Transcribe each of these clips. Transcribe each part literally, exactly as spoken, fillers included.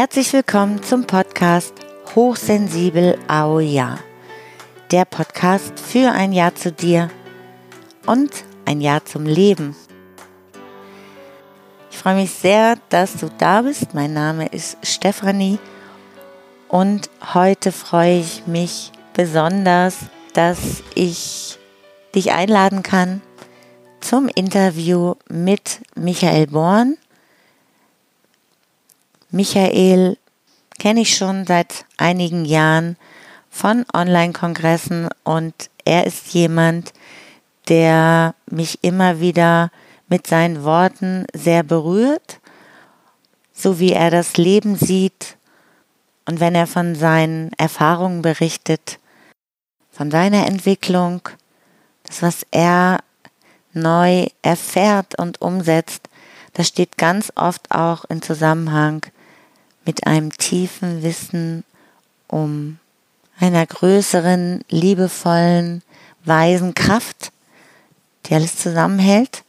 Herzlich willkommen zum Podcast Hochsensibel Au Ja, der Podcast für ein Ja zu dir und ein Ja zum Leben. Ich freue mich sehr, dass du da bist. Mein Name ist Stefanie und heute freue ich mich besonders, dass ich dich einladen kann zum Interview mit Michael Born. Michael kenne ich schon seit einigen Jahren von Online-Kongressen und er ist jemand, der mich immer wieder mit seinen Worten sehr berührt, so wie er das Leben sieht und wenn er von seinen Erfahrungen berichtet, von seiner Entwicklung, das, was er neu erfährt und umsetzt, das steht ganz oft auch in Zusammenhang mit einem tiefen Wissen um einer größeren, liebevollen, weisen Kraft, die alles zusammenhält.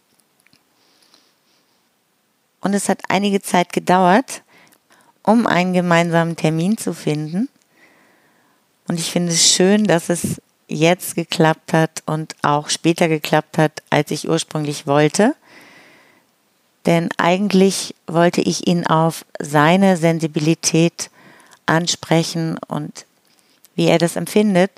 Und es hat einige Zeit gedauert, um einen gemeinsamen Termin zu finden. Und ich finde es schön, dass es jetzt geklappt hat und auch später geklappt hat, als ich ursprünglich wollte. Denn eigentlich wollte ich ihn auf seine Sensibilität ansprechen und wie er das empfindet.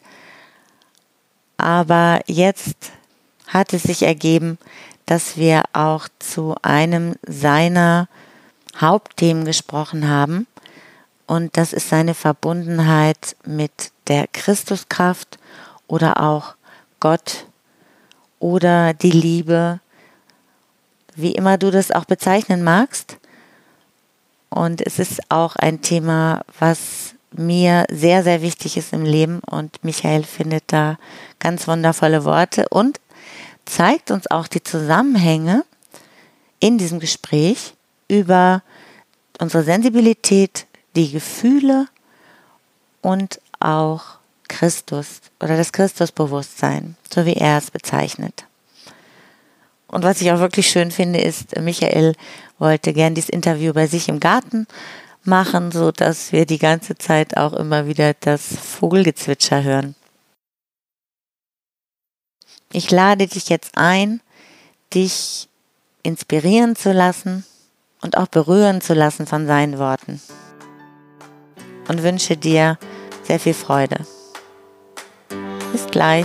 Aber jetzt hat es sich ergeben, dass wir auch zu einem seiner Hauptthemen gesprochen haben. Und das ist seine Verbundenheit mit der Christuskraft oder auch Gott oder die Liebe, wie immer du das auch bezeichnen magst. Und es ist auch ein Thema, was mir sehr, sehr wichtig ist im Leben. Und Michael findet da ganz wundervolle Worte und zeigt uns auch die Zusammenhänge in diesem Gespräch über unsere Sensibilität, die Gefühle und auch Christus oder das Christusbewusstsein, so wie er es bezeichnet. Und was ich auch wirklich schön finde, ist, Michael wollte gern dieses Interview bei sich im Garten machen, so dass wir die ganze Zeit auch immer wieder das Vogelgezwitscher hören. Ich lade dich jetzt ein, dich inspirieren zu lassen und auch berühren zu lassen von seinen Worten. Und wünsche dir sehr viel Freude. Bis gleich.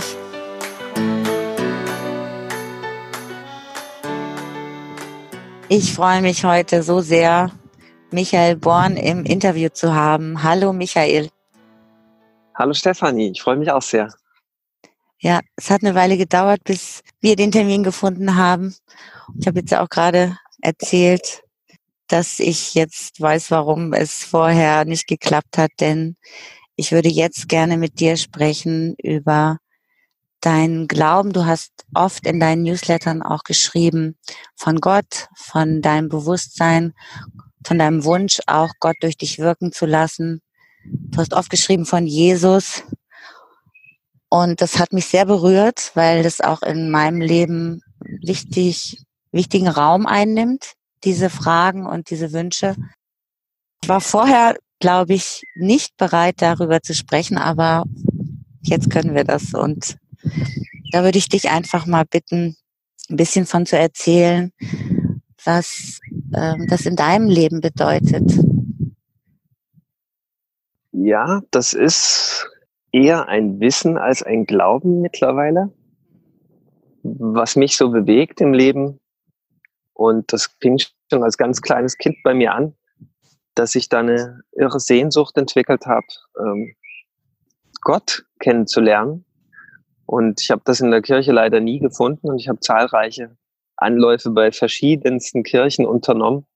Ich freue mich heute so sehr, Michael Born im Interview zu haben. Hallo Michael. Hallo Stefanie, ich freue mich auch sehr. Ja, es hat eine Weile gedauert, bis wir den Termin gefunden haben. Ich habe jetzt ja auch gerade erzählt, dass ich jetzt weiß, warum es vorher nicht geklappt hat, denn ich würde jetzt gerne mit dir sprechen über deinen Glauben. Du hast oft in deinen Newslettern auch geschrieben von Gott, von deinem Bewusstsein, von deinem Wunsch, auch Gott durch dich wirken zu lassen. Du hast oft geschrieben von Jesus. Und das hat mich sehr berührt, weil das auch in meinem Leben wichtig, wichtigen Raum einnimmt, diese Fragen und diese Wünsche. Ich war vorher, glaube ich, nicht bereit, darüber zu sprechen, aber jetzt können wir das. Und da würde ich dich einfach mal bitten, ein bisschen von zu erzählen, was ähm, das in deinem Leben bedeutet. Ja, das ist eher ein Wissen als ein Glauben mittlerweile, was mich so bewegt im Leben. Und das fing schon als ganz kleines Kind bei mir an, dass ich da eine irre Sehnsucht entwickelt habe, ähm, Gott kennenzulernen. Und ich habe das in der Kirche leider nie gefunden und ich habe zahlreiche Anläufe bei verschiedensten Kirchen unternommen.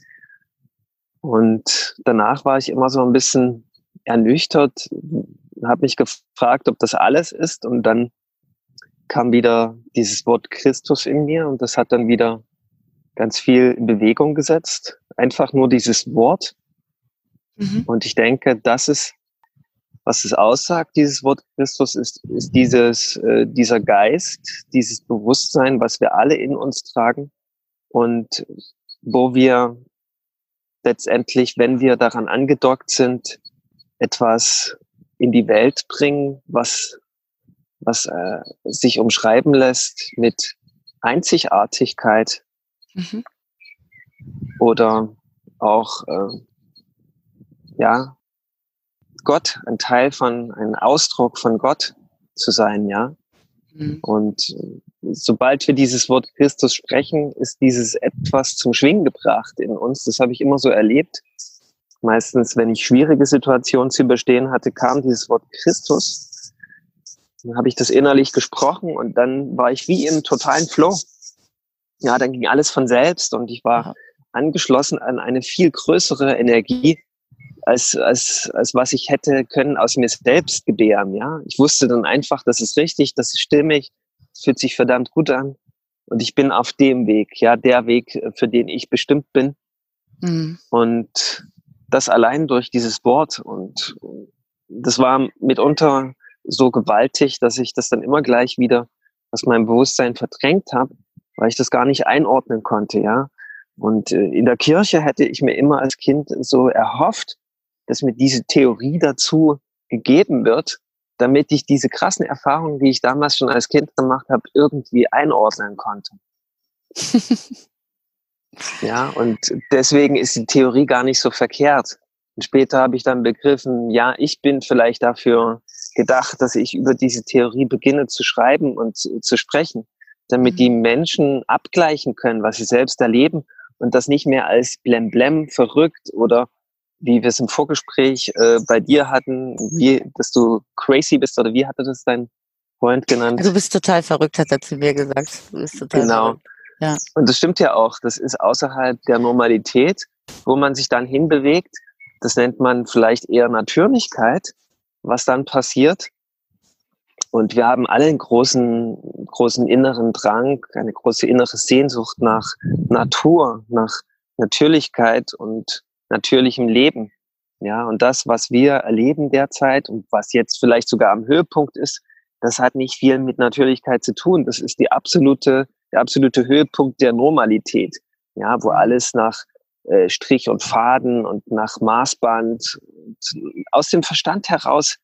Und danach war ich immer so ein bisschen ernüchtert, habe mich gefragt, ob das alles ist. Und dann kam wieder dieses Wort Christus in mir und das hat dann wieder ganz viel in Bewegung gesetzt. Einfach nur dieses Wort. Mhm. Und ich denke, das ist, was es aussagt, dieses Wort Christus, ist, ist dieses, äh, dieser Geist, dieses Bewusstsein, was wir alle in uns tragen und wo wir letztendlich, wenn wir daran angedockt sind, etwas in die Welt bringen, was, was äh, sich umschreiben lässt mit Einzigartigkeit Mhm. oder auch äh, ja Gott, ein Teil von, ein Ausdruck von Gott zu sein, ja. Mhm. Und äh, sobald wir dieses Wort Christus sprechen, ist dieses etwas zum Schwingen gebracht in uns. Das habe ich immer so erlebt. Meistens, wenn ich schwierige Situationen zu überstehen hatte, kam dieses Wort Christus. Dann habe ich das innerlich gesprochen und dann war ich wie im totalen Flow. Ja, dann ging alles von selbst und ich war Ja. angeschlossen an eine viel größere Energie, als, als, als was ich hätte können aus mir selbst gebären. Ja, ich wusste dann einfach, das ist richtig, das ist stimmig, es fühlt sich verdammt gut an und ich bin auf dem Weg, ja, der Weg, für den ich bestimmt bin. Mhm. Und das allein durch dieses Wort und das war mitunter so gewaltig, dass ich das dann immer gleich wieder aus meinem Bewusstsein verdrängt habe, weil ich das gar nicht einordnen konnte, ja. Und äh, in der Kirche hätte ich mir immer als Kind so erhofft, dass mir diese Theorie dazu gegeben wird, damit ich diese krassen Erfahrungen, die ich damals schon als Kind gemacht habe, irgendwie einordnen konnte. Ja, und deswegen ist die Theorie gar nicht so verkehrt. Und später habe ich dann begriffen, ja, ich bin vielleicht dafür gedacht, dass ich über diese Theorie beginne zu schreiben und zu, zu sprechen, damit Mhm. die Menschen abgleichen können, was sie selbst erleben und das nicht mehr als Blemblem verrückt oder wie wir es im Vorgespräch äh, bei dir hatten, wie, dass du crazy bist oder wie hatte das dein Freund genannt? Du bist total verrückt, hat er zu mir gesagt. Du bist total Genau. verrückt. Ja. Und das stimmt ja auch. Das ist außerhalb der Normalität, wo man sich dann hinbewegt. Das nennt man vielleicht eher Natürlichkeit, was dann passiert. Und wir haben alle einen großen, großen inneren Drang, eine große innere Sehnsucht nach Natur, nach Natürlichkeit und natürlichem Leben. Ja, und das, was wir erleben derzeit und was jetzt vielleicht sogar am Höhepunkt ist, das hat nicht viel mit Natürlichkeit zu tun. Das ist die absolute, der absolute Höhepunkt der Normalität. Ja, wo alles nach äh, Strich und Faden und nach Maßband und aus dem Verstand heraus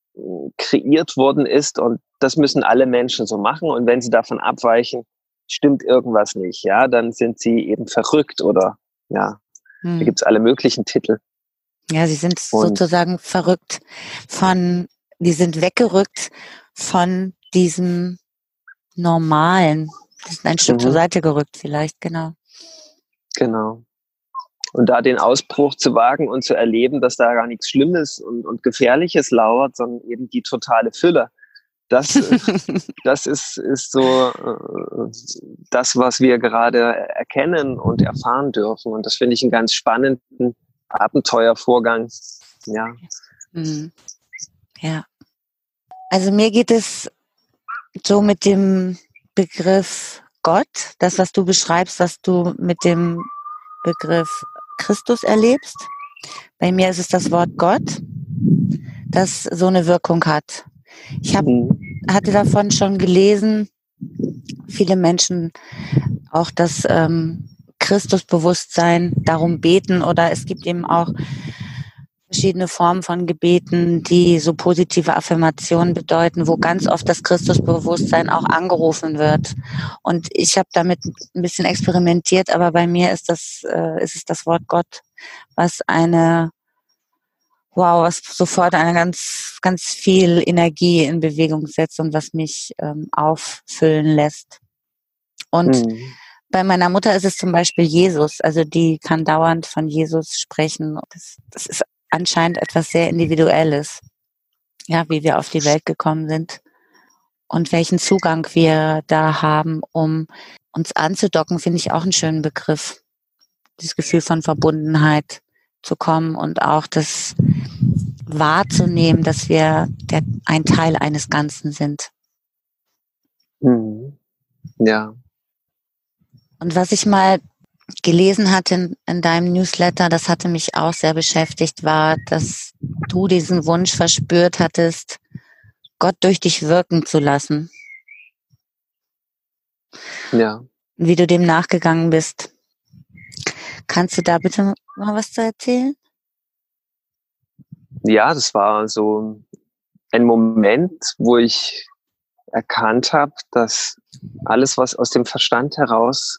kreiert worden ist und das müssen alle Menschen so machen und wenn sie davon abweichen, stimmt irgendwas nicht, ja, dann sind sie eben verrückt oder ja, Hm. da gibt's alle möglichen Titel. Ja, sie sind Und sozusagen verrückt von, die sind weggerückt von diesem Normalen. Die sind ein Stück zur mhm, Seite gerückt vielleicht, genau. genau. Und da den Ausbruch zu wagen und zu erleben, dass da gar nichts Schlimmes und, und Gefährliches lauert, sondern eben die totale Fülle. Das, das ist, ist so äh, das, was wir gerade erkennen und erfahren dürfen. Und das finde ich einen ganz spannenden Abenteuervorgang. Ja. Hm. Ja. Also mir geht es so mit dem Begriff Gott, das, was du beschreibst, was du mit dem Begriff Christus erlebst. Bei mir ist es das Wort Gott, das so eine Wirkung hat. Ich hab, Mhm. hatte davon schon gelesen, viele Menschen auch das ähm, Christusbewusstsein darum beten oder es gibt eben auch verschiedene Formen von Gebeten, die so positive Affirmationen bedeuten, wo ganz oft das Christusbewusstsein auch angerufen wird. Und ich habe damit ein bisschen experimentiert, aber bei mir ist das, äh, ist es das Wort Gott, was eine, wow, was sofort eine ganz, ganz viel Energie in Bewegung setzt und was mich ähm, auffüllen lässt. Und Mhm. bei meiner Mutter ist es zum Beispiel Jesus, also die kann dauernd von Jesus sprechen. Das, das ist anscheinend etwas sehr Individuelles, ja, wie wir auf die Welt gekommen sind und welchen Zugang wir da haben, um uns anzudocken, finde ich auch einen schönen Begriff. Dieses Gefühl von Verbundenheit zu kommen und auch das wahrzunehmen, dass wir der, ein Teil eines Ganzen sind. Mhm. Ja. Und was ich mal gelesen hatte in, in deinem Newsletter, das hatte mich auch sehr beschäftigt, war, dass du diesen Wunsch verspürt hattest, Gott durch dich wirken zu lassen. Ja. Wie du dem nachgegangen bist. Kannst du da bitte mal was zu erzählen? Ja, das war so ein Moment, wo ich erkannt habe, dass alles, was aus dem Verstand heraus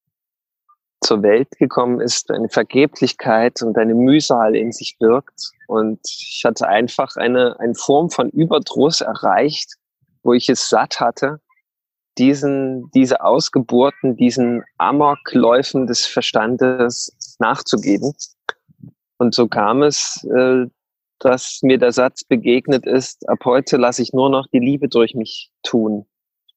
zur Welt gekommen ist, eine Vergeblichkeit und eine Mühsal in sich birgt. Und ich hatte einfach eine, eine Form von Überdruss erreicht, wo ich es satt hatte, diesen, diese Ausgeburten, diesen Amokläufen des Verstandes nachzugeben. Und so kam es, äh, dass mir der Satz begegnet ist: Ab heute lasse ich nur noch die Liebe durch mich tun.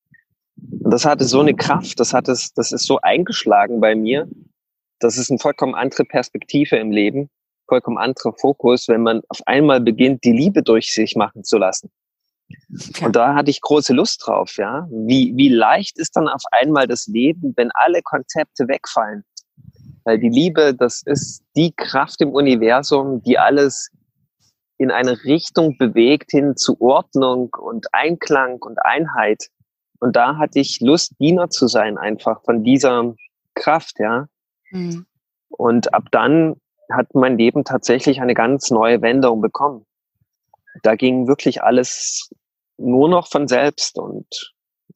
Und das hatte so eine Kraft, das hat es, das ist so eingeschlagen bei mir. Das ist eine vollkommen andere Perspektive im Leben, vollkommen anderer Fokus, wenn man auf einmal beginnt, die Liebe durch sich machen zu lassen. Ja. Und da hatte ich große Lust drauf, ja. Wie, wie leicht ist dann auf einmal das Leben, wenn alle Konzepte wegfallen? Weil die Liebe, das ist die Kraft im Universum, die alles in eine Richtung bewegt, hin zu Ordnung und Einklang und Einheit. Und da hatte ich Lust, Diener zu sein, einfach von dieser Kraft, ja. Mhm. Und ab dann hat mein Leben tatsächlich eine ganz neue Wendung bekommen. Da ging wirklich alles nur noch von selbst und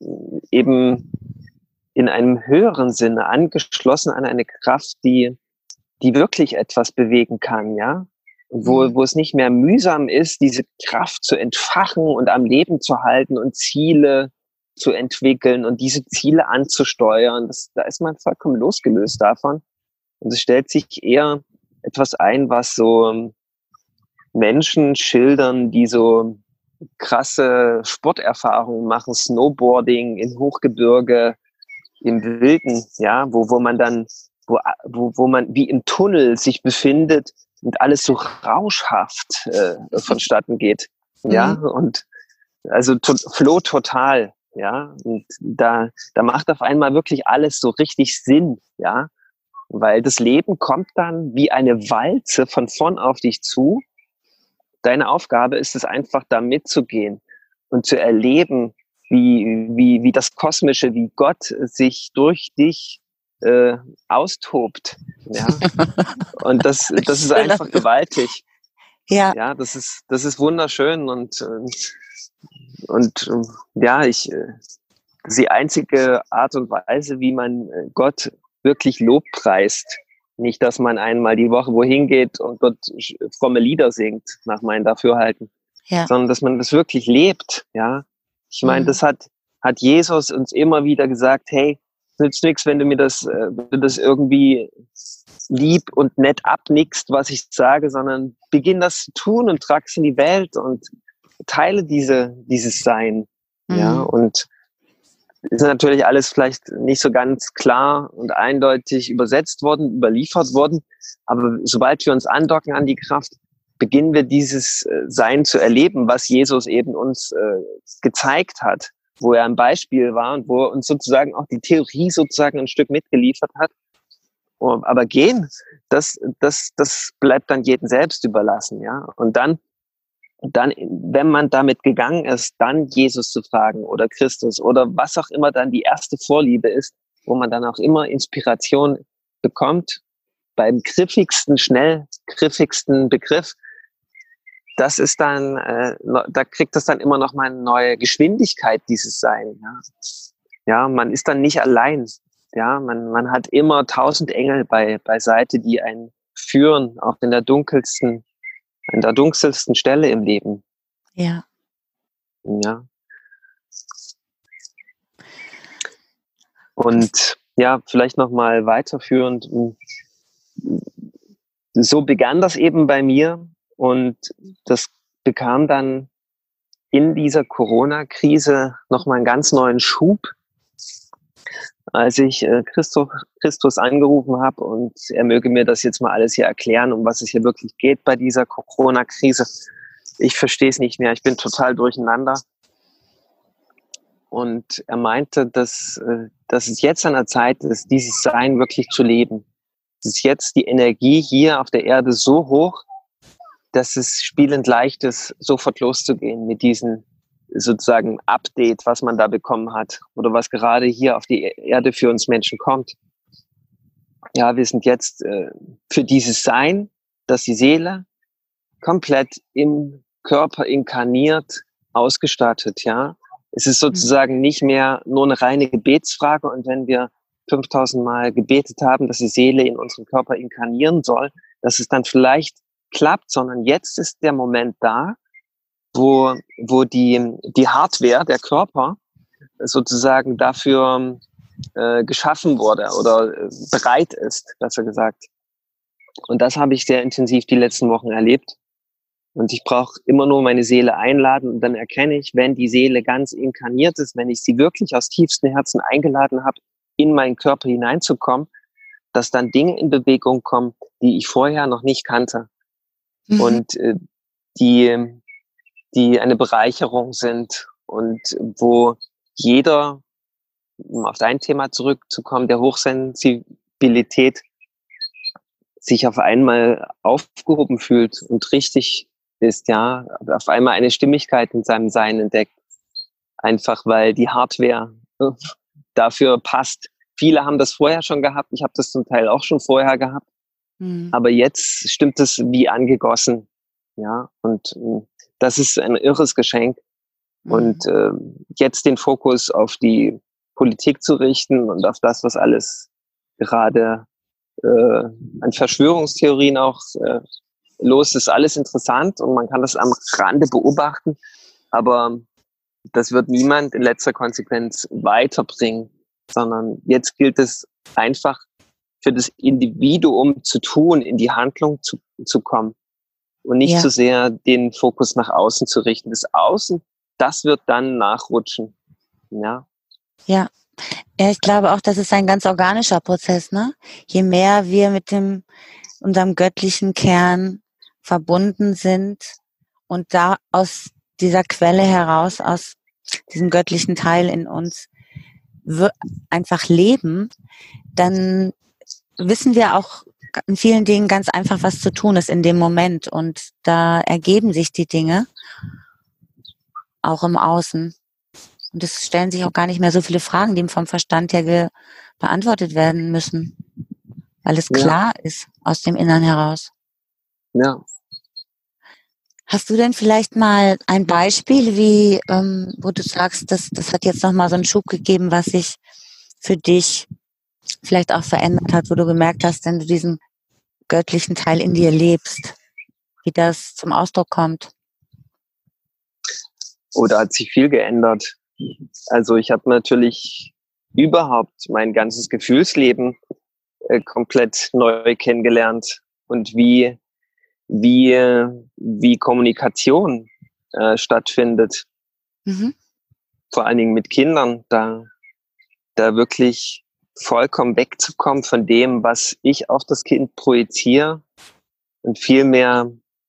eben in einem höheren Sinne angeschlossen an eine Kraft, die, die wirklich etwas bewegen kann, ja. Wo, mhm. wo es nicht mehr mühsam ist, diese Kraft zu entfachen und am Leben zu halten und Ziele zu entwickeln und diese Ziele anzusteuern. Das, da ist man vollkommen losgelöst davon. Und es stellt sich eher etwas ein, was so Menschen schildern, die so krasse Sporterfahrungen machen, Snowboarding in Hochgebirge, im Wilden, ja, wo, wo man dann, wo, wo, wo man wie im Tunnel sich befindet und alles so rauschhaft äh, vonstatten geht. Ja, mhm. Und also to, Flow total. Ja, und da, da macht auf einmal wirklich alles so richtig Sinn, ja, weil das Leben kommt dann wie eine Walze von vorn auf dich zu. Deine Aufgabe ist es einfach, da mitzugehen und zu erleben, wie, wie, wie das Kosmische, wie Gott sich durch dich äh, austobt, ja. Und das, das ist einfach gewaltig. Ja, ja, das ist, das ist wunderschön und, und Und ja, ich, das ist die einzige Art und Weise, wie man Gott wirklich lobpreist. Nicht, dass man einmal die Woche wohin geht und dort fromme Lieder singt, nach meinem Dafürhalten, ja. Sondern dass man das wirklich lebt. Ja, ich meine, mhm. das hat, hat Jesus uns immer wieder gesagt: Hey, es nützt nichts, wenn du mir das, wenn du das irgendwie lieb und nett abnickst, was ich sage, sondern beginn das zu tun und trag es in die Welt und teile diese, dieses Sein, mhm. ja, und ist natürlich alles vielleicht nicht so ganz klar und eindeutig übersetzt worden, überliefert worden, aber sobald wir uns andocken an die Kraft, beginnen wir dieses Sein zu erleben, was Jesus eben uns äh, gezeigt hat, wo er ein Beispiel war und wo er uns sozusagen auch die Theorie sozusagen ein Stück mitgeliefert hat. Aber gehen, das, das, das bleibt dann jedem selbst überlassen, ja, und dann dann, wenn man damit gegangen ist, dann Jesus zu fragen oder Christus oder was auch immer dann die erste Vorliebe ist, wo man dann auch immer Inspiration bekommt, beim griffigsten, schnell griffigsten Begriff, das ist dann, äh, da kriegt das dann immer noch mal eine neue Geschwindigkeit, dieses Sein. Ja, ja, man ist dann nicht allein. Ja, man, man hat immer tausend Engel bei, beiseite, die einen führen, auch in der dunkelsten an der dunkelsten Stelle im Leben. Ja. Ja. Und ja, vielleicht nochmal weiterführend. So begann das eben bei mir und das bekam dann in dieser Corona-Krise nochmal einen ganz neuen Schub, als ich äh, Christus, Christus angerufen habe und er möge mir das jetzt mal alles hier erklären, um was es hier wirklich geht bei dieser Corona-Krise. Ich verstehe es nicht mehr, ich bin total durcheinander. Und er meinte, dass, äh, dass es jetzt an der Zeit ist, dieses Sein wirklich zu leben. Es ist jetzt die Energie hier auf der Erde so hoch, dass es spielend leicht ist, sofort loszugehen mit diesen sozusagen Update, was man da bekommen hat oder was gerade hier auf die Erde für uns Menschen kommt. ja, wir sind jetzt äh, für dieses Sein, dass die Seele komplett im Körper inkarniert, ausgestattet, ja. Es ist sozusagen nicht mehr nur eine reine Gebetsfrage, und wenn wir fünftausend Mal gebetet haben, dass die Seele in unserem Körper inkarnieren soll, dass es dann vielleicht klappt, sondern jetzt ist der Moment da, wo, wo die, die Hardware, der Körper, sozusagen dafür äh, geschaffen wurde oder äh, bereit ist, besser gesagt. Und das habe ich sehr intensiv die letzten Wochen erlebt. Und ich brauche immer nur meine Seele einladen, und dann erkenne ich, wenn die Seele ganz inkarniert ist, wenn ich sie wirklich aus tiefstem Herzen eingeladen habe, in meinen Körper hineinzukommen, dass dann Dinge in Bewegung kommen, die ich vorher noch nicht kannte. Mhm. Und äh, die, die eine Bereicherung sind und wo jeder, um auf dein Thema zurückzukommen, der Hochsensibilität sich auf einmal aufgehoben fühlt und richtig ist, ja, auf einmal eine Stimmigkeit in seinem Sein entdeckt. Einfach weil die Hardware äh, dafür passt. Viele haben das vorher schon gehabt, ich habe das zum Teil auch schon vorher gehabt, mhm. aber jetzt stimmt es wie angegossen. Ja, und äh, das ist ein irres Geschenk. Mhm. Und äh, jetzt den Fokus auf die Politik zu richten und auf das, was alles gerade äh, an Verschwörungstheorien auch äh, los ist, alles interessant und man kann das am Rande beobachten, aber das wird niemand in letzter Konsequenz weiterbringen, sondern jetzt gilt es einfach für das Individuum zu tun, in die Handlung zu, zu kommen und nicht ja. zu sehr den Fokus nach außen zu richten. Das Außen, das wird dann nachrutschen. Ja. Ja. Ja, ich glaube auch, das ist ein ganz organischer Prozess, ne? Je mehr wir mit dem, unserem göttlichen Kern verbunden sind und da aus dieser Quelle heraus, aus diesem göttlichen Teil in uns einfach leben, dann wissen wir auch in vielen Dingen ganz einfach, was zu tun ist in dem Moment, und da ergeben sich die Dinge auch im Außen. Und es stellen sich auch gar nicht mehr so viele Fragen, die vom Verstand her ge- beantwortet werden müssen, weil es ja. klar ist aus dem Innern heraus. Ja. Hast du denn vielleicht mal ein Beispiel, wie, ähm, wo du sagst, das, das hat jetzt nochmal so einen Schub gegeben, was sich für dich vielleicht auch verändert hat, wo du gemerkt hast, wenn du diesen göttlichen Teil in dir lebst, wie das zum Ausdruck kommt? Oh, da hat sich viel geändert. Also ich habe natürlich überhaupt mein ganzes Gefühlsleben äh, komplett neu kennengelernt und wie wie wie Kommunikation äh, stattfindet. Mhm. Vor allen Dingen mit Kindern, da da wirklich vollkommen wegzukommen von dem, was ich auf das Kind projiziere, und viel mehr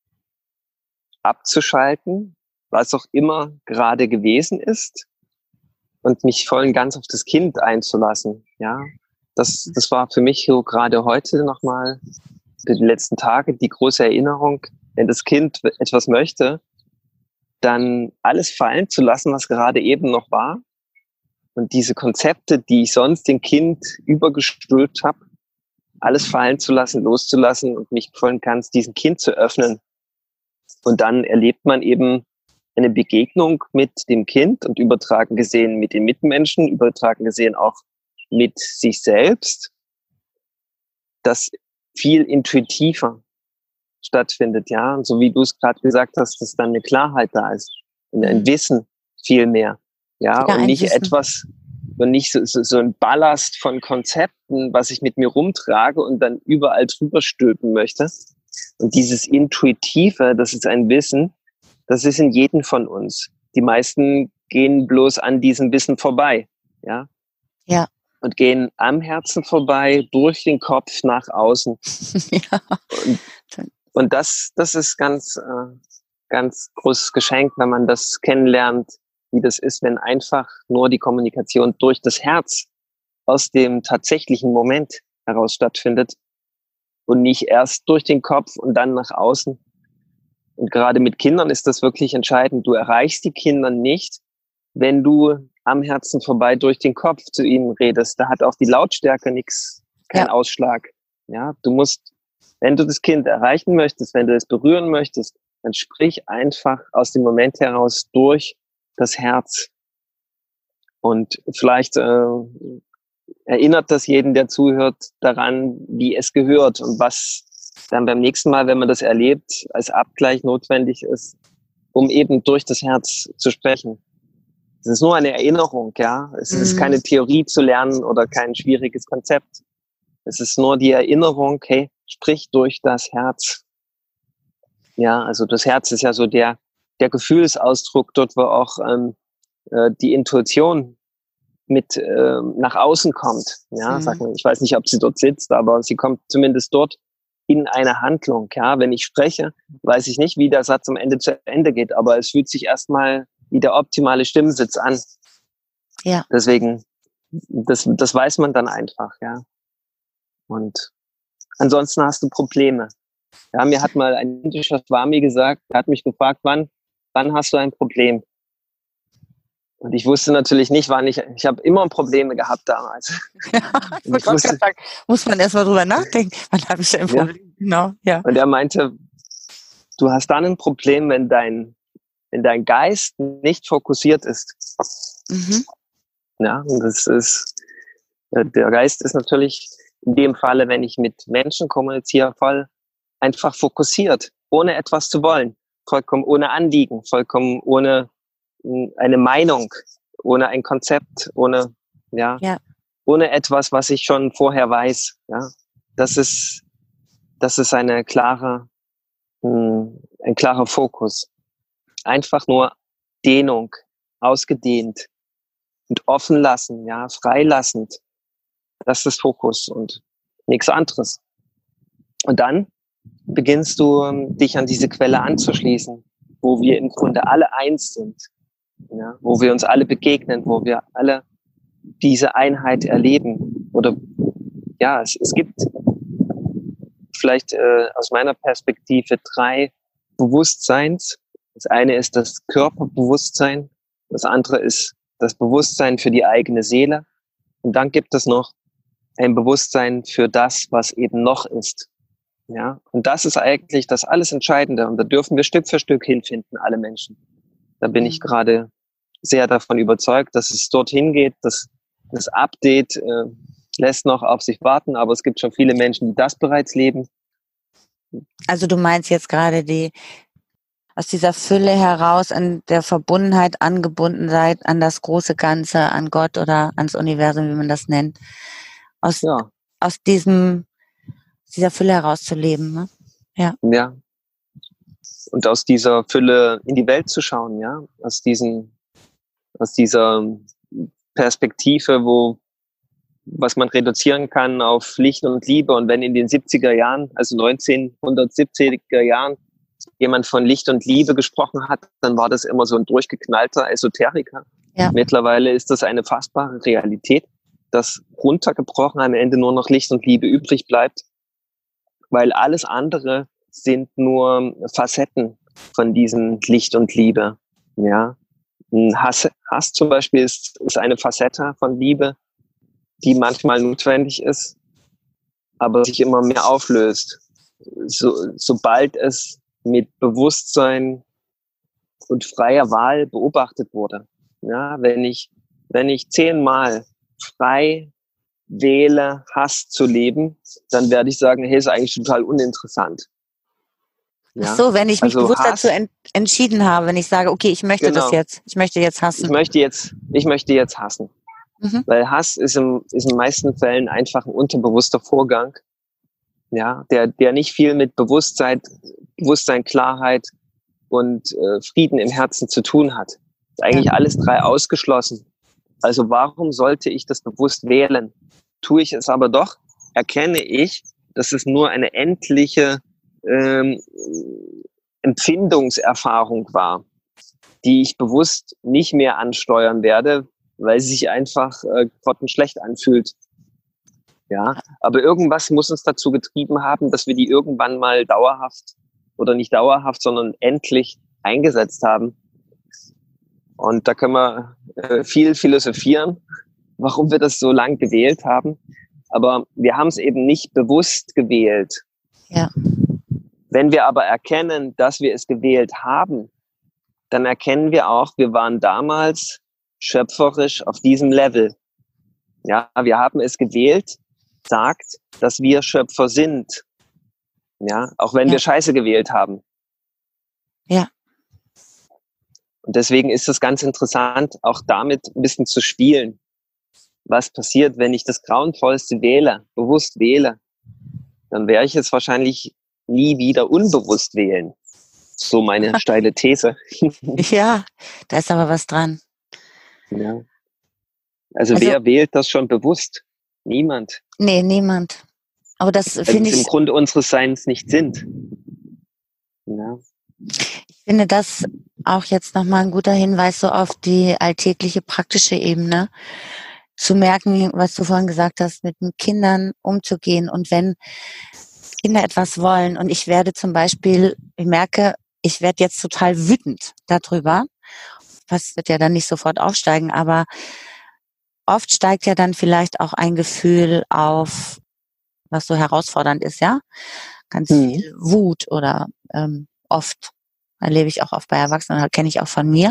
abzuschalten, was auch immer gerade gewesen ist, und mich voll und ganz auf das Kind einzulassen. Ja, das, das war für mich so gerade heute nochmal, die letzten Tage, die große Erinnerung, wenn das Kind etwas möchte, dann alles fallen zu lassen, was gerade eben noch war. Und diese Konzepte, die ich sonst dem Kind übergestülpt habe, alles fallen zu lassen, loszulassen und mich voll und ganz diesem Kind zu öffnen. Und dann erlebt man eben eine Begegnung mit dem Kind und übertragen gesehen mit den Mitmenschen, übertragen gesehen auch mit sich selbst, das viel intuitiver stattfindet, ja. Und so wie du es gerade gesagt hast, dass dann eine Klarheit da ist und ein Wissen viel mehr, ja, ja und nicht Wissen. etwas und nicht so, so, so ein Ballast von Konzepten, was ich mit mir rumtrage und dann überall drüber stülpen möchte. Und dieses Intuitive, das ist ein Wissen, das ist in jedem von uns. Die meisten gehen bloß an diesem Wissen vorbei, ja. Ja. Und gehen am Herzen vorbei, durch den Kopf nach außen. Ja. Und, und das, das ist ganz, äh, ganz großes Geschenk, wenn man das kennenlernt, wie das ist, wenn einfach nur die Kommunikation durch das Herz aus dem tatsächlichen Moment heraus stattfindet und nicht erst durch den Kopf und dann nach außen. Und gerade mit Kindern ist das wirklich entscheidend. Du erreichst die Kinder nicht, wenn du am Herzen vorbei durch den Kopf zu ihnen redest. Da hat auch die Lautstärke nichts, keinen ja. Ausschlag. Ja, du musst, wenn du das Kind erreichen möchtest, wenn du es berühren möchtest, dann sprich einfach aus dem Moment heraus durch das Herz. Und vielleicht äh, erinnert das jeden, der zuhört, daran, wie es gehört und was dann beim nächsten Mal, wenn man das erlebt, als Abgleich notwendig ist, um eben durch das Herz zu sprechen. Es ist nur eine Erinnerung, ja. Es mhm. ist keine Theorie zu lernen oder kein schwieriges Konzept. Es ist nur die Erinnerung, hey, sprich durch das Herz. Ja, also das Herz ist ja so der, der Gefühlsausdruck, dort wo auch ähm, äh, die Intuition mit äh, nach außen kommt. Ja, mhm. sag mal, ich weiß nicht, ob sie dort sitzt, aber sie kommt zumindest dort in eine Handlung. Ja, wenn ich spreche, weiß ich nicht, wie der Satz am Ende zu Ende geht, aber es fühlt sich erstmal wie der optimale Stimmsitz an. Ja. Deswegen, das, das weiß man dann einfach, ja. Und ansonsten hast du Probleme. Ja, mir hat mal ein indischer Swami gesagt, er hat mich gefragt, wann, wann hast du ein Problem? Und ich wusste natürlich nicht, wann ich, ich habe immer Probleme gehabt damals. Ja, ich ich wusste, sagen, muss man erst mal drüber nachdenken, wann habe ich ein Problem? Ja. Genau, ja. Und er meinte, du hast dann ein Problem, wenn dein, wenn dein Geist nicht fokussiert ist. Mhm. Ja, und das ist, der Geist ist natürlich in dem Falle, wenn ich mit Menschen kommuniziere, voll einfach fokussiert, ohne etwas zu wollen, vollkommen ohne Anliegen, vollkommen ohne eine Meinung, ohne ein Konzept, ohne, ja, ja, ohne etwas, was ich schon vorher weiß. Ja, das ist, das ist eine klare, ein klarer Fokus. Einfach nur Dehnung, ausgedehnt und offen lassen, ja, freilassend. Das ist Fokus und nichts anderes. Und dann beginnst du, dich an diese Quelle anzuschließen, wo wir im Grunde alle eins sind, ja, wo wir uns alle begegnen, wo wir alle diese Einheit erleben. Oder ja, es, es gibt vielleicht äh, aus meiner Perspektive drei Bewusstseins. Das eine ist das Körperbewusstsein, das andere ist das Bewusstsein für die eigene Seele und dann gibt es noch ein Bewusstsein für das, was eben noch ist. Ja, und das ist eigentlich das alles Entscheidende und da dürfen wir Stück für Stück hinfinden, alle Menschen. Da bin ich gerade sehr davon überzeugt, dass es dorthin geht, dass das Update äh, lässt noch auf sich warten, aber es gibt schon viele Menschen, die das bereits leben. Also du meinst jetzt gerade die aus dieser Fülle heraus an der Verbundenheit angebunden seid, an das große Ganze, an Gott oder ans Universum, wie man das nennt. Aus, ja. aus diesem, dieser Fülle herauszuleben, ne? Ja. Ja. Und aus dieser Fülle in die Welt zu schauen, ja. Aus diesen, aus dieser Perspektive, wo, was man reduzieren kann auf Licht und Liebe. Und wenn in den siebziger Jahren, also neunzehnhundertsiebziger Jahren, jemand von Licht und Liebe gesprochen hat, dann war das immer so ein durchgeknallter Esoteriker. Ja. Mittlerweile ist das eine fassbare Realität, dass runtergebrochen am Ende nur noch Licht und Liebe übrig bleibt, weil alles andere sind nur Facetten von diesem Licht und Liebe. Ja, Hass, Hass zum Beispiel ist, ist eine Facette von Liebe, die manchmal notwendig ist, aber sich immer mehr auflöst. So, sobald es mit Bewusstsein und freier Wahl beobachtet wurde. Ja, wenn ich, wenn ich zehnmal frei wähle, Hass zu leben, dann werde ich sagen, hey, ist eigentlich total uninteressant. Ja? Ach so, wenn ich mich also bewusst Hass, dazu en- entschieden habe, wenn ich sage, okay, ich möchte genau. das jetzt, ich möchte jetzt hassen. Ich möchte jetzt, ich möchte jetzt hassen. Mhm. Weil Hass ist, im, ist in den meisten Fällen einfach ein unterbewusster Vorgang, ja, der, der nicht viel mit Bewusstsein, Bewusstsein, Klarheit und äh, Frieden im Herzen zu tun hat. Ist eigentlich ja. alles drei ausgeschlossen. Also warum sollte ich das bewusst wählen? Tue ich es aber doch, erkenne ich, dass es nur eine endliche ähm, Empfindungserfahrung war, die ich bewusst nicht mehr ansteuern werde, weil sie sich einfach äh, grottenschlecht anfühlt. Ja, aber irgendwas muss uns dazu getrieben haben, dass wir die irgendwann mal dauerhaft oder nicht dauerhaft, sondern endlich eingesetzt haben. Und da können wir äh, viel philosophieren, warum wir das so lang gewählt haben. Aber wir haben es eben nicht bewusst gewählt. Ja. Wenn wir aber erkennen, dass wir es gewählt haben, dann erkennen wir auch, wir waren damals schöpferisch auf diesem Level. Ja, wir haben es gewählt, sagt, dass wir Schöpfer sind. Ja, auch wenn Ja. wir Scheiße gewählt haben. Ja. Und deswegen ist es ganz interessant, auch damit ein bisschen zu spielen. Was passiert, wenn ich das Grauenvollste wähle, bewusst wähle? Dann werde ich es wahrscheinlich nie wieder unbewusst wählen. So meine steile These. Ja, da ist aber was dran. Ja. Also, Also- wer wählt das schon bewusst? Niemand. Nee, niemand. Aber das Weil finde wir im ich, Grunde unseres Seins nicht sind. Ja. ich finde das auch jetzt nochmal ein guter Hinweis so auf die alltägliche praktische Ebene. Zu merken, was du vorhin gesagt hast, mit den Kindern umzugehen. Und wenn Kinder etwas wollen und ich werde zum Beispiel, ich merke, ich werde jetzt total wütend darüber. Was wird ja dann nicht sofort aufsteigen, aber oft steigt ja dann vielleicht auch ein Gefühl auf, was so herausfordernd ist, ja? Ganz Mhm. viel Wut oder ähm, oft erlebe ich auch oft bei Erwachsenen, kenne ich auch von mir.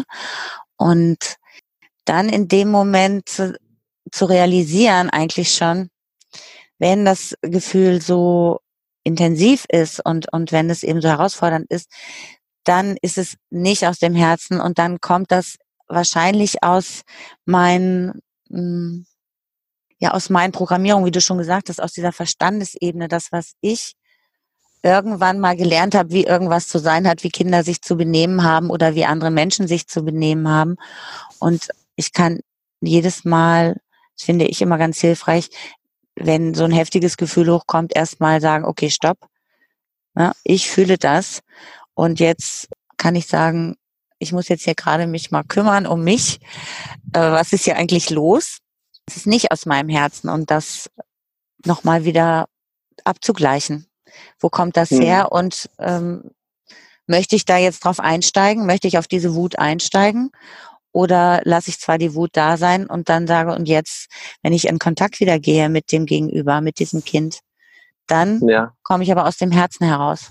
Und dann in dem Moment zu, zu realisieren eigentlich schon, wenn das Gefühl so intensiv ist und, und wenn es eben so herausfordernd ist, dann ist es nicht aus dem Herzen und dann kommt das wahrscheinlich aus meinen, mh, ja, aus meinen Programmierungen, wie du schon gesagt hast, aus dieser Verstandesebene, das, was ich irgendwann mal gelernt habe, wie irgendwas zu sein hat, wie Kinder sich zu benehmen haben oder wie andere Menschen sich zu benehmen haben. Und ich kann jedes Mal, das finde ich immer ganz hilfreich, wenn so ein heftiges Gefühl hochkommt, erstmal sagen, okay, stopp. Ja, ich fühle das. Und jetzt kann ich sagen, ich muss jetzt hier gerade mich mal kümmern um mich. Äh, was ist hier eigentlich los? Es ist nicht aus meinem Herzen und das nochmal wieder abzugleichen. Wo kommt das Mhm. her? Und ähm, möchte ich da jetzt drauf einsteigen? Möchte ich auf diese Wut einsteigen? Oder lasse ich zwar die Wut da sein und dann sage, und jetzt, wenn ich in Kontakt wieder gehe mit dem Gegenüber, mit diesem Kind, dann Ja, komme ich aber aus dem Herzen heraus.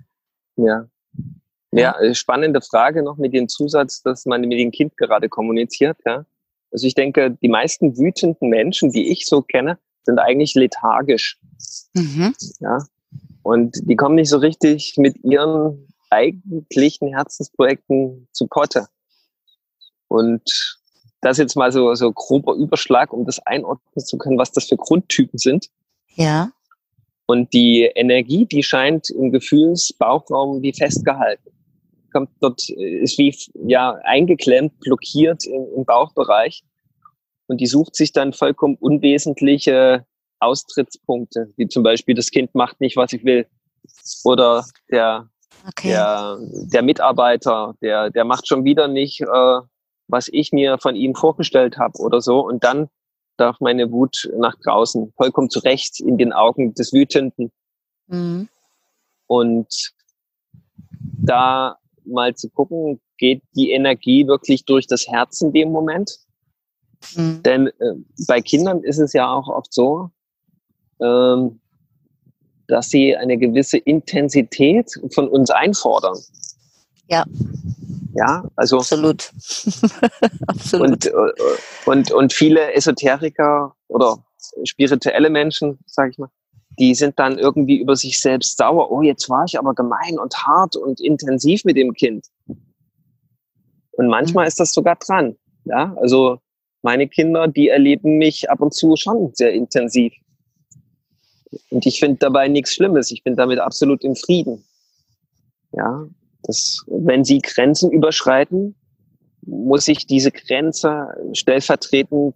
ja. Ja, äh, spannende Frage noch mit dem Zusatz, dass man mit dem Kind gerade kommuniziert. Ja? Also ich denke, die meisten wütenden Menschen, die ich so kenne, sind eigentlich lethargisch. Mhm. Ja? Und die kommen nicht so richtig mit ihren eigentlichen Herzensprojekten zu Potte. Und das jetzt mal so, so grober Überschlag, um das einordnen zu können, was das für Grundtypen sind. Ja. Und die Energie, die scheint im Gefühlsbauchraum wie festgehalten. Kommt dort, ist wie ja eingeklemmt, blockiert im, im Bauchbereich. Und die sucht sich dann vollkommen unwesentliche Austrittspunkte, wie zum Beispiel das Kind macht nicht, was ich will. Oder der, Okay. der, der Mitarbeiter, der, der macht schon wieder nicht, äh, was ich mir von ihm vorgestellt habe oder so. Und dann darf meine Wut nach draußen, vollkommen zu Recht in den Augen des Wütenden. Mhm. Und da mal zu gucken, geht die Energie wirklich durch das Herz in dem Moment? Mhm. Denn äh, bei Kindern ist es ja auch oft so, ähm, dass sie eine gewisse Intensität von uns einfordern. Ja. Ja, also Absolut. Absolut. und, äh, und, und viele Esoteriker oder spirituelle Menschen, sage ich mal, die sind dann irgendwie über sich selbst sauer. Oh, jetzt war ich aber gemein und hart und intensiv mit dem Kind. Und manchmal Mhm. ist das sogar dran. Ja, also meine Kinder, die erleben mich ab und zu schon sehr intensiv. Und ich finde dabei nichts Schlimmes. Ich bin damit absolut im Frieden. Ja, das, wenn sie Grenzen überschreiten, muss ich diese Grenze stellvertretend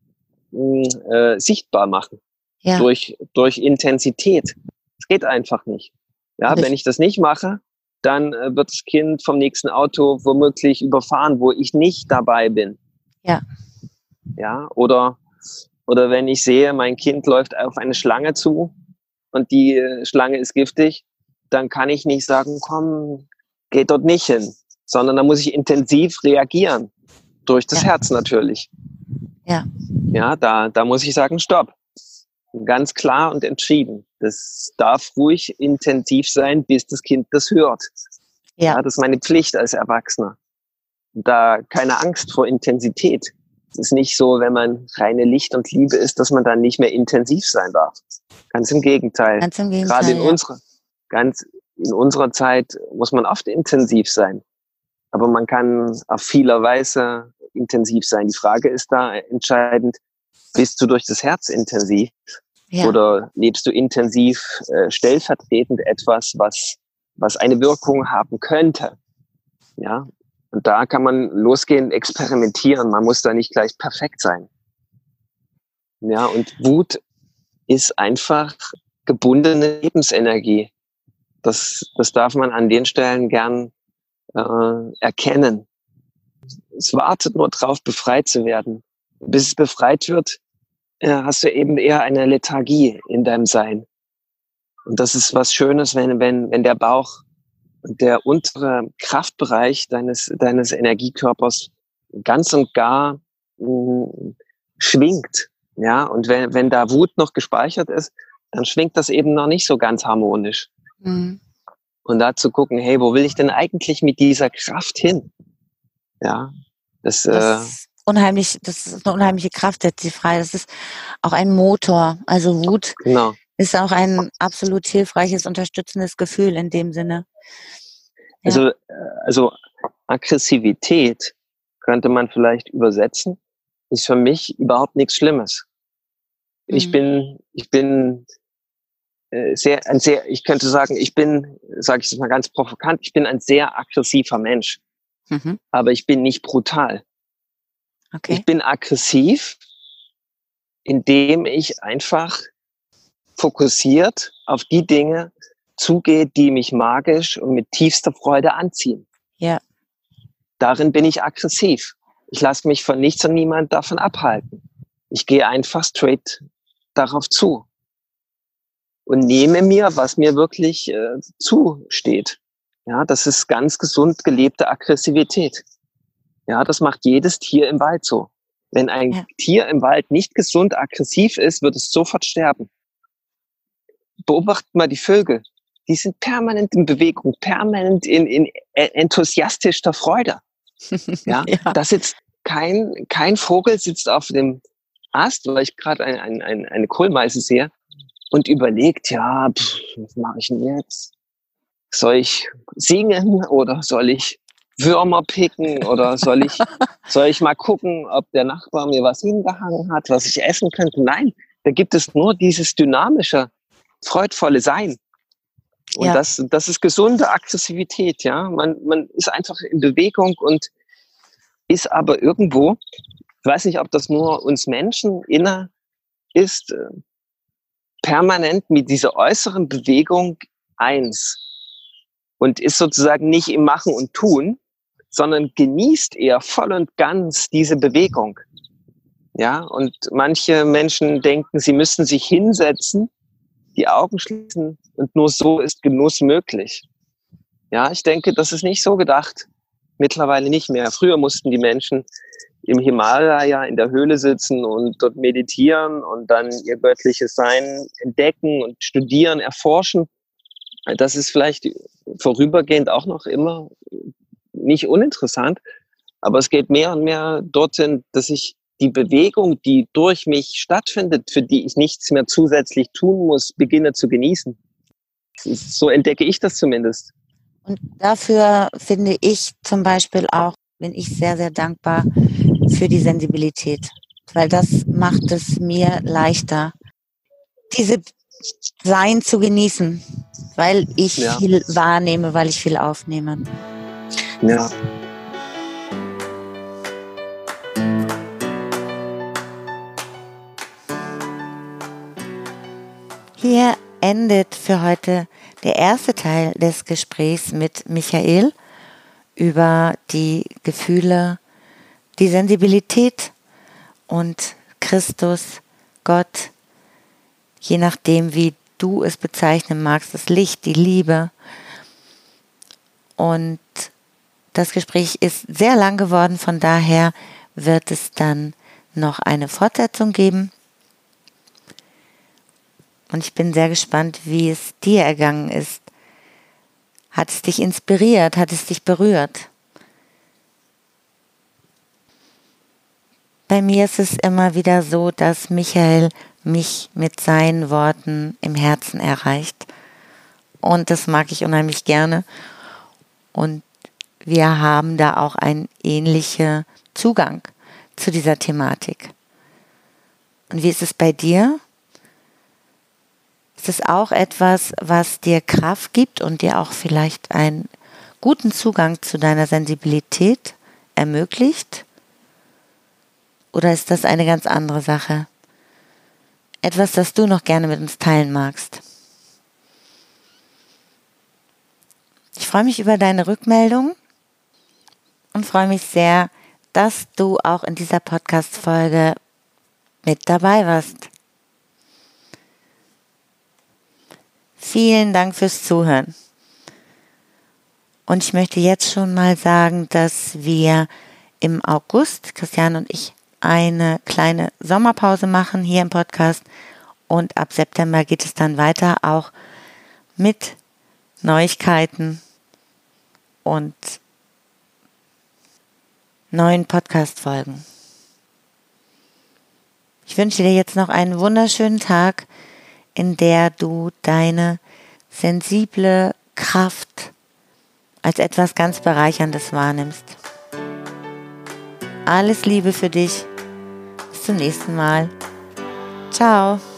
äh, sichtbar machen. Ja. Durch, durch Intensität. Es geht einfach nicht. Ja, Richtig. wenn ich das nicht mache, dann äh, wird das Kind vom nächsten Auto womöglich überfahren, wo ich nicht dabei bin. Ja. Ja, oder, oder wenn ich sehe, mein Kind läuft auf eine Schlange zu und die äh, Schlange ist giftig, dann kann ich nicht sagen, komm, geh dort nicht hin, sondern da muss ich intensiv reagieren. Durch das Ja. Herz natürlich. Ja. Ja, da, da muss ich sagen, stopp. Ganz klar und entschieden. Das darf ruhig intensiv sein, bis das Kind das hört. Ja. Ja, das ist meine Pflicht als Erwachsener. Da keine Angst vor Intensität. Es ist nicht so, wenn man reine Licht und Liebe ist, dass man dann nicht mehr intensiv sein darf. Ganz im Gegenteil. Ganz im Gegenteil. Gerade in ja. unserer, ganz in unserer Zeit muss man oft intensiv sein. Aber man kann auf vieler Weise intensiv sein. Die Frage ist da entscheidend, bist du durch das Herz intensiv? Ja. Oder lebst du intensiv äh, stellvertretend etwas, was, was eine Wirkung haben könnte? Ja. Und da kann man losgehen, experimentieren. Man muss da nicht gleich perfekt sein. Ja, und Wut ist einfach gebundene Lebensenergie. Das, das darf man an den Stellen gern äh, erkennen. Es wartet nur drauf, befreit zu werden. Bis es befreit wird, äh, hast du eben eher eine Lethargie in deinem Sein. Und das ist was Schönes, wenn, wenn, wenn der Bauch, der untere Kraftbereich deines, deines Energiekörpers ganz und gar mh, schwingt. Ja, und wenn, wenn da Wut noch gespeichert ist, dann schwingt das eben noch nicht so ganz harmonisch. Mhm. Und da zu gucken, hey, wo will ich denn eigentlich mit dieser Kraft hin? Ja, das, das ist unheimlich, das ist eine unheimliche Kraft, setzt sie frei. Das ist auch ein Motor. Also Wut genau. ist auch ein absolut hilfreiches, unterstützendes Gefühl in dem Sinne. Ja. Also, also Aggressivität könnte man vielleicht übersetzen, ist für mich überhaupt nichts Schlimmes. Mhm. Ich bin, ich bin äh, sehr, ein sehr, ich könnte sagen, ich bin, sage ich es mal ganz provokant, ich bin ein sehr aggressiver Mensch, mhm. aber ich bin nicht brutal. Okay. Ich bin aggressiv, indem ich einfach fokussiert auf die Dinge zugehe, die mich magisch und mit tiefster Freude anziehen. Ja. Darin bin ich aggressiv. Ich lasse mich von nichts und niemand davon abhalten. Ich gehe einfach straight darauf zu und nehme mir, was mir wirklich äh, zusteht. Ja, das ist ganz gesund gelebte Aggressivität. Ja, das macht jedes Tier im Wald so. Wenn ein ja. Tier im Wald nicht gesund aggressiv ist, wird es sofort sterben. Beobachtet mal die Vögel. Die sind permanent in Bewegung, permanent in, in enthusiastischer Freude. Ja, ja. Da sitzt kein, kein Vogel sitzt auf dem Ast, weil ich gerade ein, ein, ein, eine Kohlmeise sehe und überlegt, ja, pff, was mache ich denn jetzt? Soll ich singen oder soll ich Würmer picken oder soll ich, soll ich mal gucken, ob der Nachbar mir was hingehangen hat, was ich essen könnte? Nein, da gibt es nur dieses dynamische, freudvolle Sein. Und ja. das, das ist gesunde Aggressivität, ja. Man, man ist einfach in Bewegung und ist aber irgendwo, ich weiß nicht, ob das nur uns Menschen inner ist, äh, permanent mit dieser äußeren Bewegung eins und ist sozusagen nicht im Machen und Tun, sondern genießt eher voll und ganz diese Bewegung. Ja, und manche Menschen denken, sie müssten sich hinsetzen, die Augen schließen und nur so ist Genuss möglich. Ja, ich denke, das ist nicht so gedacht. Mittlerweile nicht mehr. Früher mussten die Menschen im Himalaya in der Höhle sitzen und dort meditieren und dann ihr göttliches Sein entdecken und studieren, erforschen. Das ist vielleicht vorübergehend auch noch immer nicht uninteressant, aber es geht mehr und mehr dorthin, dass ich die Bewegung, die durch mich stattfindet, für die ich nichts mehr zusätzlich tun muss, beginne zu genießen. So entdecke ich das zumindest. Und dafür finde ich zum Beispiel auch, bin ich sehr, sehr dankbar für die Sensibilität, weil das macht es mir leichter, diese Sein zu genießen, weil ich ja. viel wahrnehme, weil ich viel aufnehme. Ja. Hier endet für heute der erste Teil des Gesprächs mit Michael über die Gefühle, die Sensibilität und Christus, Gott, je nachdem, wie du es bezeichnen magst, das Licht, die Liebe. Und das Gespräch ist sehr lang geworden, von daher wird es dann noch eine Fortsetzung geben. Und ich bin sehr gespannt, wie es dir ergangen ist. Hat es dich inspiriert? Hat es dich berührt? Bei mir ist es immer wieder so, dass Michael mich mit seinen Worten im Herzen erreicht. Und das mag ich unheimlich gerne. Und wir haben da auch einen ähnlichen Zugang zu dieser Thematik. Und wie ist es bei dir? Ist es auch etwas, was dir Kraft gibt und dir auch vielleicht einen guten Zugang zu deiner Sensibilität ermöglicht? Oder ist das eine ganz andere Sache? Etwas, das du noch gerne mit uns teilen magst? Ich freue mich über deine Rückmeldung und freue mich sehr, dass du auch in dieser Podcast-Folge mit dabei warst. Vielen Dank fürs Zuhören. Und ich möchte jetzt schon mal sagen, dass wir im August, Christian und ich, eine kleine Sommerpause machen hier im Podcast. Und ab September geht es dann weiter, auch mit Neuigkeiten und neuen Podcast-Folgen. Ich wünsche dir jetzt noch einen wunderschönen Tag, in der du deine sensible Kraft als etwas ganz Bereicherndes wahrnimmst. Alles Liebe für dich. Bis zum nächsten Mal. Ciao.